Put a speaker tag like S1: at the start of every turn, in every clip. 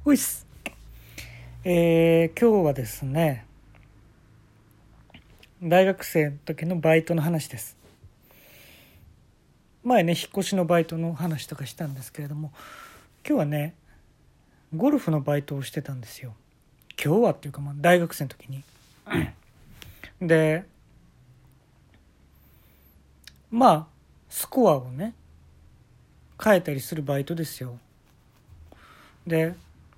S1: おいっす。今日はですね、大学生の時のバイトの話です。前ね、引っ越しのバイトの話とかしたんですけれども、今日はね、ゴルフのバイトをしてたんですよ。今日はっていうか、大学生の時に。で、スコアをね、変えたりするバイトですよ。で、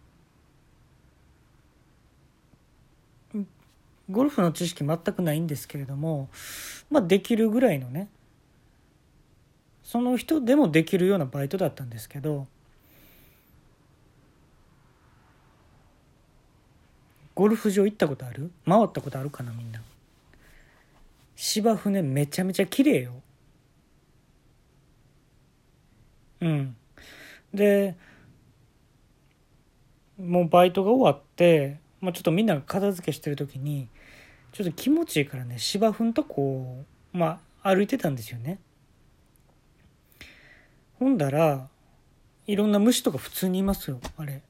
S1: ゴルフの知識全くないんですけれども、できるぐらいのね、その人でもできるようなバイトだったんですけど、ゴルフ場行ったことある？回ったことあるかな、みんな。芝生ね、めちゃめちゃ綺麗よ。うん。で、もうバイトが終わって、ちょっとみんなが片付けしてる時に、ちょっと気持ちいいからね、芝生んとこ歩いてたんですよね。ほんだら、いろんな虫とか普通にいますよ、あれ。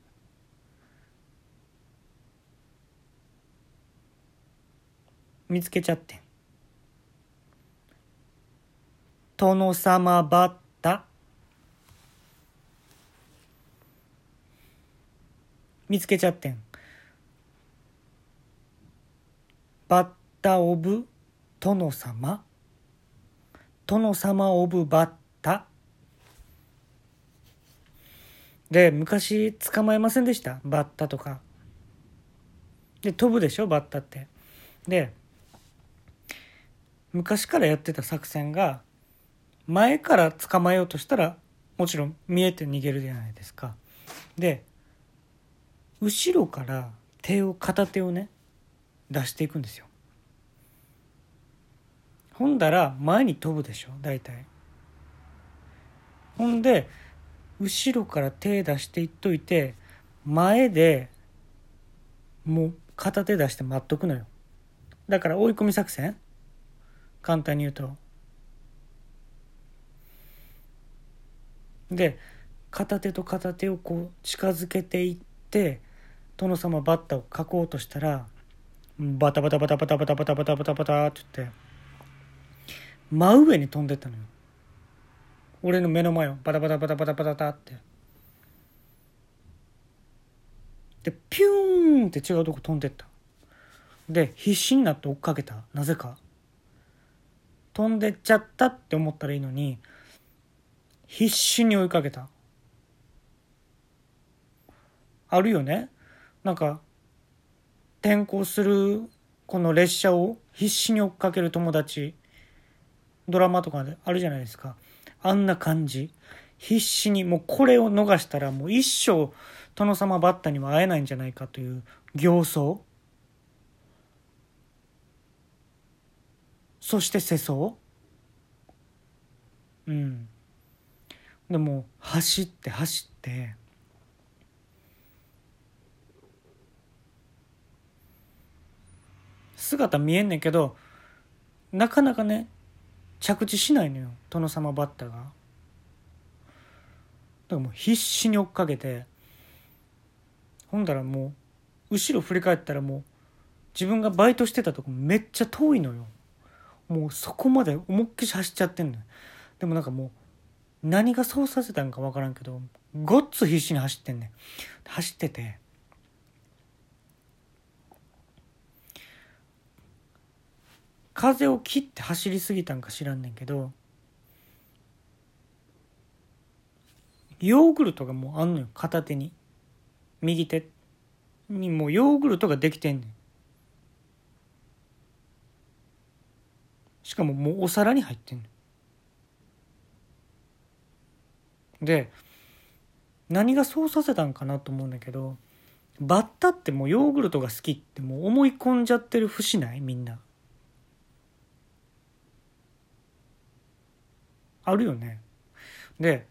S1: 見つけちゃって。殿様バッタ。見つけちゃってん。バッタオブ殿様。殿様オブバッタ。で、昔捕まえませんでした？バッタとか。で、飛ぶでしょ、バッタって。で、昔からやってた作戦が、前から捕まえようとしたら、もちろん見えて逃げるじゃないですか。で、後ろから片手をね、出していくんですよ。ほんだら前に飛ぶでしょ、大体。ほんで、後ろから手出していっといて、前でもう片手出して待っとくのよ。だから追い込み作戦、簡単に言うと。で、片手と片手をこう近づけていって、殿様バッタを描こうとしたら、バタバタバタバタバタバタバタバタバタって言って真上に飛んでったのよ。俺の目の前をバタバタバタバタバタバタって。でピューンって違うとこ飛んでった。で必死になって追っかけた。なぜか飛んでっちゃったって思ったらいいのに、必死に追いかけた。あるよね、なんか転校するこの列車を必死に追っかける友達、ドラマとかであるじゃないですか。あんな感じ。必死に、もうこれを逃したらもう一生殿様バッタには会えないんじゃないかという形相、そして世相。うん。でも走って走って姿見えんねんけど、なかなかね着地しないのよ、殿様バッタが。だからもう必死に追っかけて、ほんだらもう後ろ振り返ったら、もう自分がバイトしてたとこめっちゃ遠いのよ。もうそこまで思いっきり走っちゃってんのよ。でもなんかもう何がそうさせたんか分からんけど、ごっつ必死に走ってんねん。走ってて、風を切って走りすぎたんか知らんねんけど、ヨーグルトがもうあんのよ、片手に。右手にもうヨーグルトができてんねん。しかももうお皿に入ってんの。で、何がそうさせたんかなと思うんだけど、バッタってもうヨーグルトが好きってもう思い込んじゃってる節ない？みんなあるよね。で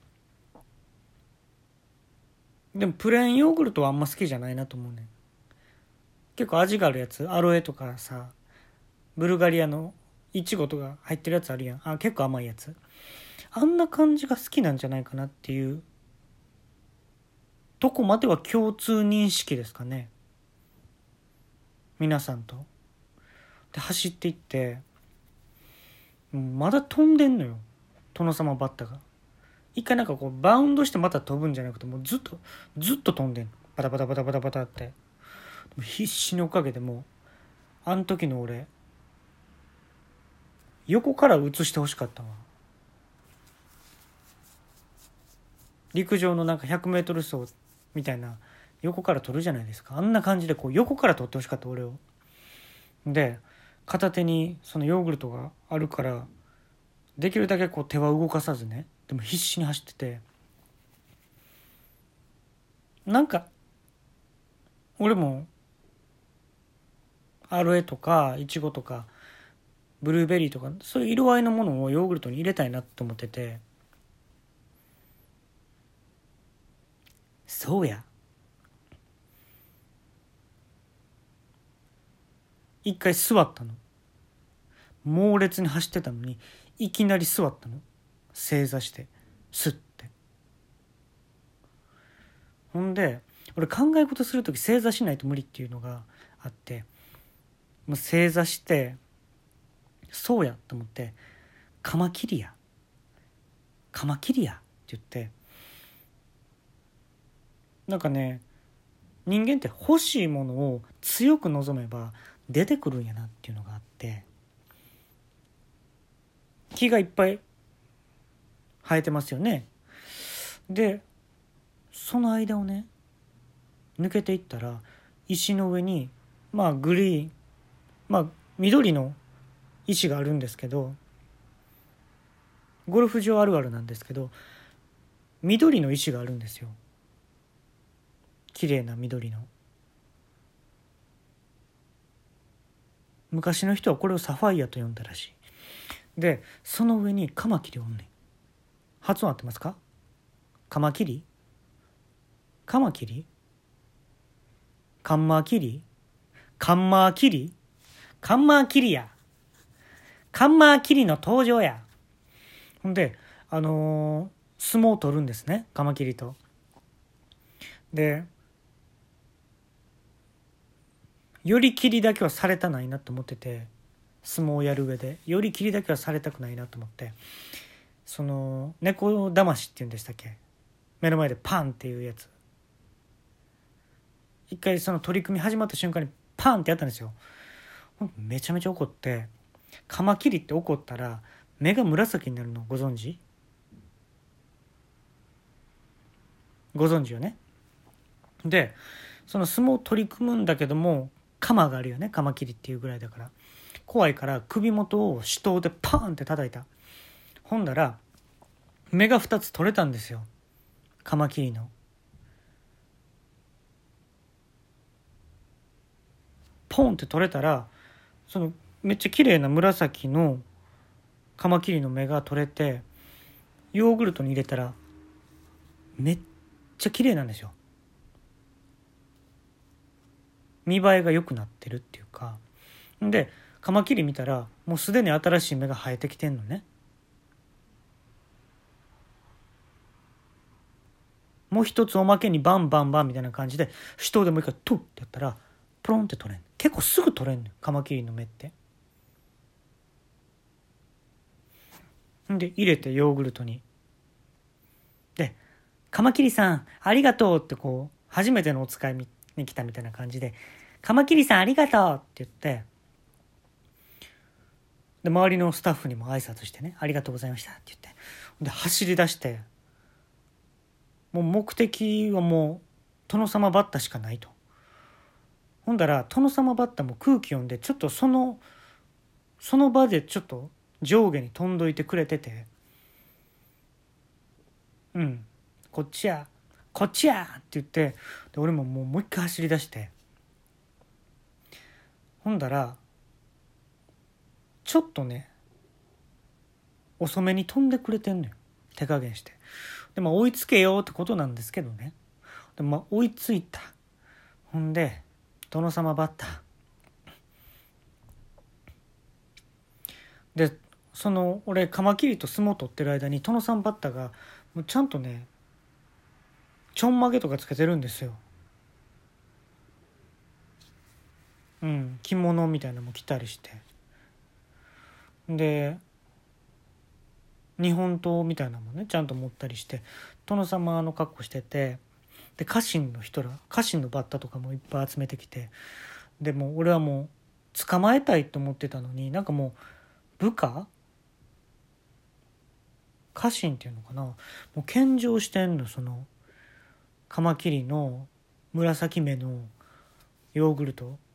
S1: でもプレーンヨーグルトはあんま好きじゃないなと思うね。結構味があるやつ、アロエとかさ、ブルガリアのイチゴとか入ってるやつあるやん。結構甘いやつ。あんな感じが好きなんじゃないかなっていうとこまでは共通認識ですかね、皆さんと。で走っていって、まだ飛んでんのよ、殿様バッタが。一回なんかこうバウンドしてまた飛ぶんじゃなくて、もうずっと飛んでんの、バタバタバタバタバタって。必死に追っかけて、もあの時の俺横から映してほしかったわ。陸上のなんか100メートル走みたいな横から撮るじゃないですか。あんな感じでこう横から撮ってほしかった俺を。で片手にそのヨーグルトがあるから、できるだけこう手は動かさずね、でも必死に走ってて、なんか俺もアロエとかイチゴとかブルーベリーとか、そういう色合いのものをヨーグルトに入れたいなと思ってて、そうや、一回座ったの。猛烈に走ってたのにいきなり座ったの、正座してスッて。ほんで俺考え事する時正座しないと無理っていうのがあって、もう正座して、そうやと思って、カマキリやカマキリやって言って、なんかね、人間って欲しいものを強く望めば出てくるんやなっていうのがあって、木がいっぱい生えてますよね。でその間をね抜けていったら、石の上にグリーン、緑の石があるんですけど、ゴルフ場あるあるなんですけど、緑の石があるんですよ。綺麗な緑の。昔の人はこれをサファイアと呼んだらしい。でその上にカマキリおんねん。発音合ってますか？カマキリ、カマキリ、カンマーキリ、カンマーキリ、カンマーキリや、カンマーキリの登場や。ほんで相撲を取るんですね、カマキリと。でより切りだけはされたないなと思ってて、相撲をやる上でより切りだけはされたくないなと思って、その猫だましっていうんでしたっけ、目の前でパンっていうやつ、一回その取り組み始まった瞬間にパンってやったんですよ。めちゃめちゃ怒って、カマキリって怒ったら目が紫になるのご存知？ご存知よね。でその相撲を取り組むんだけども、カマがあるよね、カマキリっていうぐらいだから、怖いから首元を手刀でパーンって叩いた。ほんだら目が2つ取れたんですよ、カマキリの。ポンって取れたら、そのめっちゃ綺麗な紫のカマキリの目が取れて、ヨーグルトに入れたらめっちゃ綺麗なんですよ。見栄えが良くなってるっていうか。でカマキリ見たらもうすでに新しい芽が生えてきてんのね。もう一つおまけにバンバンバンみたいな感じで手刀でもう一回トゥッってやったらプロンって取れん。結構すぐ取れんのよ、カマキリの芽って。で入れてヨーグルトに、でカマキリさんありがとうって、こう初めてのお使いに来たみたいな感じで、カマキリさんありがとうって言って、で周りのスタッフにも挨拶してね、ありがとうございましたって言って、で走り出して、もう目的はもう殿様バッタしかないと。ほんだら殿様バッタも空気読んで、ちょっとその場でちょっと上下に飛んどいてくれてて、こっちやこっちやって言って、で俺ももう一回走り出して、ほんだらちょっとね遅めに飛んでくれてんのよ、手加減して。で追いつけようってことなんですけどね。で追いついた。ほんで殿様バッタで、その俺カマキリと相撲取ってる間に殿様バッタがもうちゃんとねちょんまげとかつけてるんですよ。着物みたいなのも着たりして、で日本刀みたいなのもねちゃんと持ったりして、殿様の格好してて、で家臣のバッタとかもいっぱい集めてきて、でも俺はもう捕まえたいと思ってたのに、なんかもう家臣っていうのかな、もう献上してんの、そのカマキリの紫目のヨーグルト、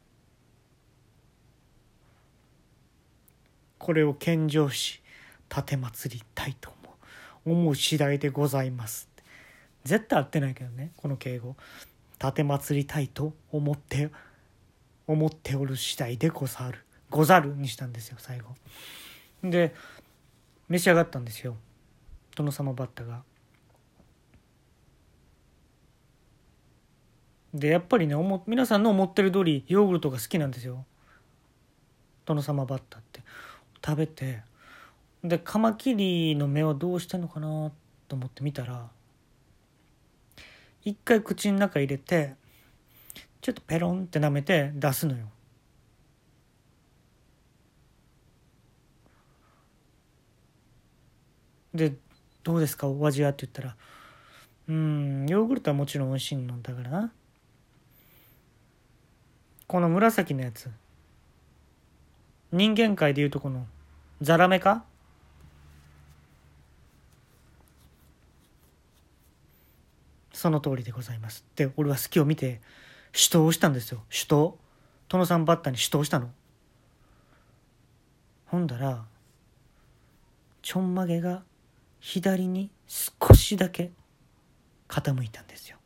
S1: これを献上し奉りたいと思う次第でございます。絶対合ってないけどね、この敬語。奉りたいと思っておる次第でござるにしたんですよ、最後で。召し上がったんですよ、殿様バッタが。でやっぱりね、皆さんの思ってる通りヨーグルトが好きなんですよ、殿様バッタって。食べて、でカマキリの目をどうしてんのかなと思って見たら、一回口の中入れてちょっとペロンって舐めて出すのよ。でどうですかお味はって言ったら、ヨーグルトはもちろん美味しいのだからな、この紫のやつ、人間界でいうとこのザラメか、その通りでございますって俺は隙を見て手刀をしたんですよ。殿さんバッタに手刀したの。ほんだらちょんまげが左に少しだけ傾いたんですよ。